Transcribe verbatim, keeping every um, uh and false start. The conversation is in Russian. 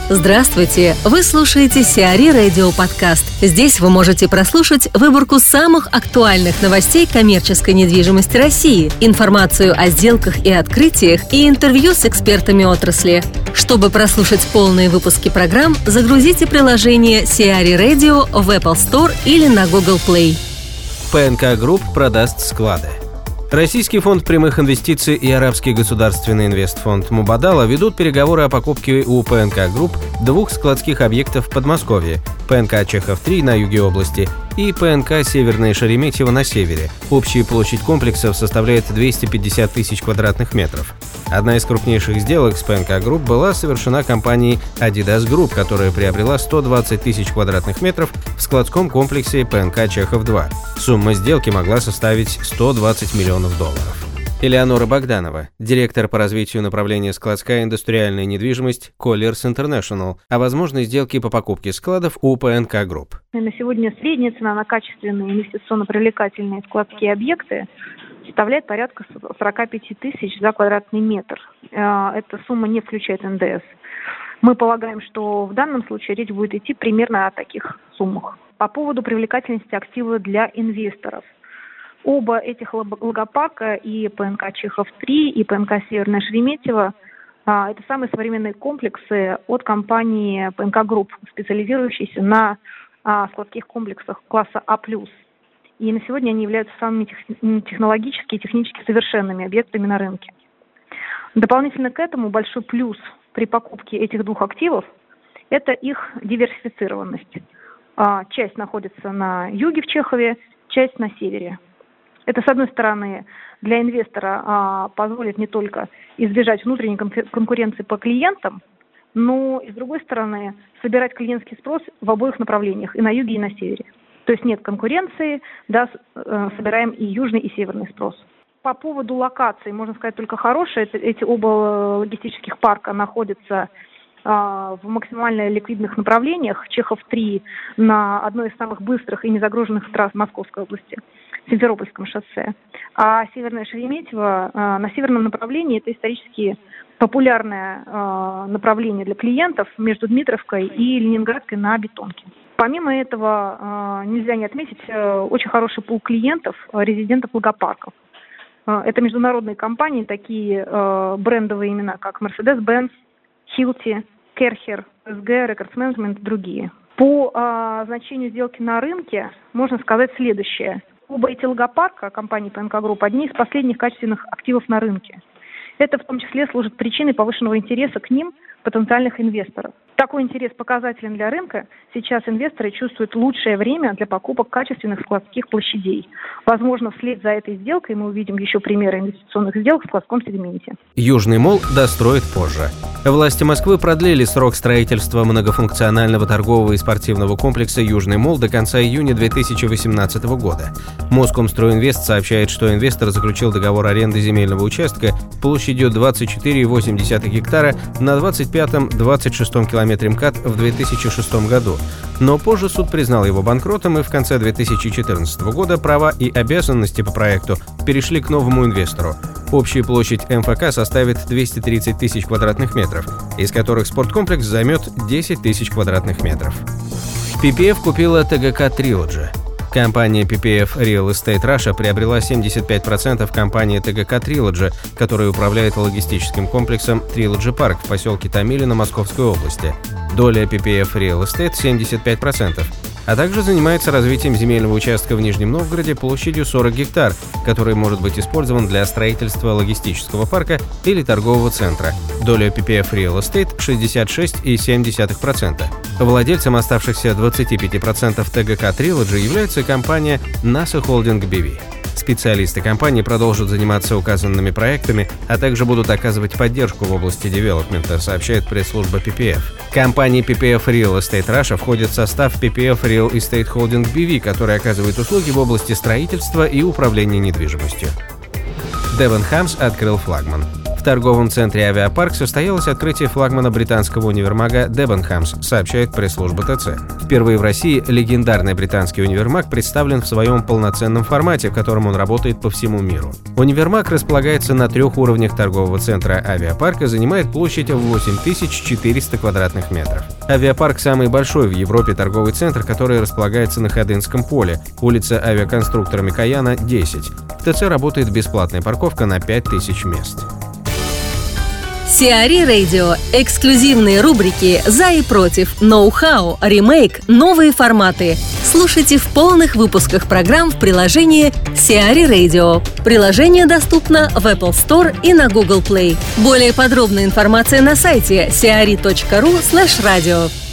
Здравствуйте! Вы слушаете Сиари Радио Подкаст. Здесь вы можете прослушать выборку самых актуальных новостей коммерческой недвижимости России, информацию о сделках и открытиях и интервью с экспертами отрасли. Чтобы прослушать полные выпуски программ, загрузите приложение Сиари Radio в Apple Store или на Google Play. ПНК Групп продаст склады. Российский фонд прямых инвестиций и Арабский государственный инвестфонд Мубадала ведут переговоры о покупке у ПНК Групп двух складских объектов в Подмосковье – ПНК Чехов-три на юге области и ПНК Северное Шереметьево на севере. Общая площадь комплексов составляет двести пятьдесят тысяч квадратных метров. Одна из крупнейших сделок с ПНК Групп была совершена компанией Adidas Group, которая приобрела сто двадцать тысяч квадратных метров в складском комплексе ПНК Чехов-два. Сумма сделки могла составить сто двадцать миллионов долларов. Элеонора Богданова, директор по развитию направления складская индустриальная недвижимость Colliers International, о возможной сделке по покупке складов у ПНК Групп. На сегодня средняя цена на качественные инвестиционно-привлекательные складские объекты составляет порядка сорок пять тысяч за квадратный метр. Эта сумма не включает эн дэ эс. Мы полагаем, что в данном случае речь будет идти примерно о таких суммах. По поводу привлекательности актива для инвесторов. Оба этих логопарка, и ПНК Чехов-три, и ПНК Северное Шереметьево, это самые современные комплексы от компании ПНК Групп, специализирующиеся на складских комплексах класса А плюс. И на сегодня они являются самыми технологически и технически совершенными объектами на рынке. Дополнительно к этому большой плюс при покупке этих двух активов – это их диверсифицированность. Часть находится на юге в Чехове, часть на севере. Это, с одной стороны, для инвестора а, позволит не только избежать внутренней конкуренции по клиентам, но и, с другой стороны, собирать клиентский спрос в обоих направлениях, и на юге, и на севере. То есть нет конкуренции, да, собираем и южный, и северный спрос. По поводу локаций, можно сказать только хорошее. Эти оба логистических парка находятся в максимально ликвидных направлениях. Чехов-три на одной из самых быстрых и незагруженных трасс Московской области, Симферопольском шоссе. А Северное Шереметьево на северном направлении – это исторически популярное направление для клиентов между Дмитровкой и Ленинградкой на Бетонке. Помимо этого, нельзя не отметить очень хороший пул клиентов, резидентов логопарков. Это международные компании, такие брендовые имена, как Mercedes-Benz, Hilti, Керхер, эс джи, Records Management и другие. По а, значению сделки на рынке можно сказать следующее. Оба эти логопарка компании ПНК Групп одни из последних качественных активов на рынке. Это в том числе служит причиной повышенного интереса к ним потенциальных инвесторов. Такой интерес показателен для рынка. Сейчас инвесторы чувствуют лучшее время для покупок качественных складских площадей. Возможно, вслед за этой сделкой мы увидим еще примеры инвестиционных сделок в складском сегменте. Южный молл достроит позже. Власти Москвы продлили срок строительства многофункционального торгового и спортивного комплекса «Южный молл» до конца июня две тысячи восемнадцатого года. Москомстройинвест сообщает, что инвестор заключил договор аренды земельного участка площадью двадцать четыре целых восемь десятых гектара на двадцать пятом — двадцать шестом километре МКАД в две тысячи шестом году. Но позже суд признал его банкротом, и в конце две тысячи четырнадцатого года права и обязанности по проекту перешли к новому инвестору. Общая площадь эм эф ка составит двести тридцать тысяч квадратных метров, из которых спорткомплекс займет десять тысяч квадратных метров. пи пи эф купила тэ гэ ка Trilogy. Компания пи пи эф Real Estate Russia приобрела семьдесят пять процентов компании тэ гэ ка Trilogy, которая управляет логистическим комплексом Trilogy Park в поселке Томилино Московской области. Доля пи пи эф Real Estate – семьдесят пять процентов. А также занимается развитием земельного участка в Нижнем Новгороде площадью сорок гектар, который может быть использован для строительства логистического парка или торгового центра. Доля пи пи эф Real Estate – шестьдесят шесть целых семь десятых процента. Владельцем оставшихся двадцати пяти процентов тэ гэ ка Trilogy является компания NASA Holding би ви. Специалисты компании продолжат заниматься указанными проектами, а также будут оказывать поддержку в области девелопмента, сообщает пресс-служба пи пи эф. Компания пи пи эф Real Estate Russia входит в состав пи пи эф Real Estate Holding би ви, который оказывает услуги в области строительства и управления недвижимостью. Девон Хамс открыл флагман. торговом центре «Авиапарк» состоялось открытие флагмана британского универмага «Дебенхамс», сообщает пресс-служба ТЦ. Впервые в России легендарный британский универмаг представлен в своем полноценном формате, в котором он работает по всему миру. Универмаг располагается на трех уровнях торгового центра «Авиапарка», занимает площадь в восемь тысяч четыреста квадратных метров. «Авиапарк» – самый большой в Европе торговый центр, который располагается на Ходынском поле, улица авиаконструктора Микояна, десять. В ТЦ работает бесплатная парковка на пять тысяч мест. Сиари Radio. Эксклюзивные рубрики «За и против», «Ноу-хау», «Ремейк», «Новые форматы». Слушайте в полных выпусках программ в приложении Сиари Radio. Приложение доступно в Apple Store и на Google Play. Более подробная информация на сайте сиари точка ру слэш радио.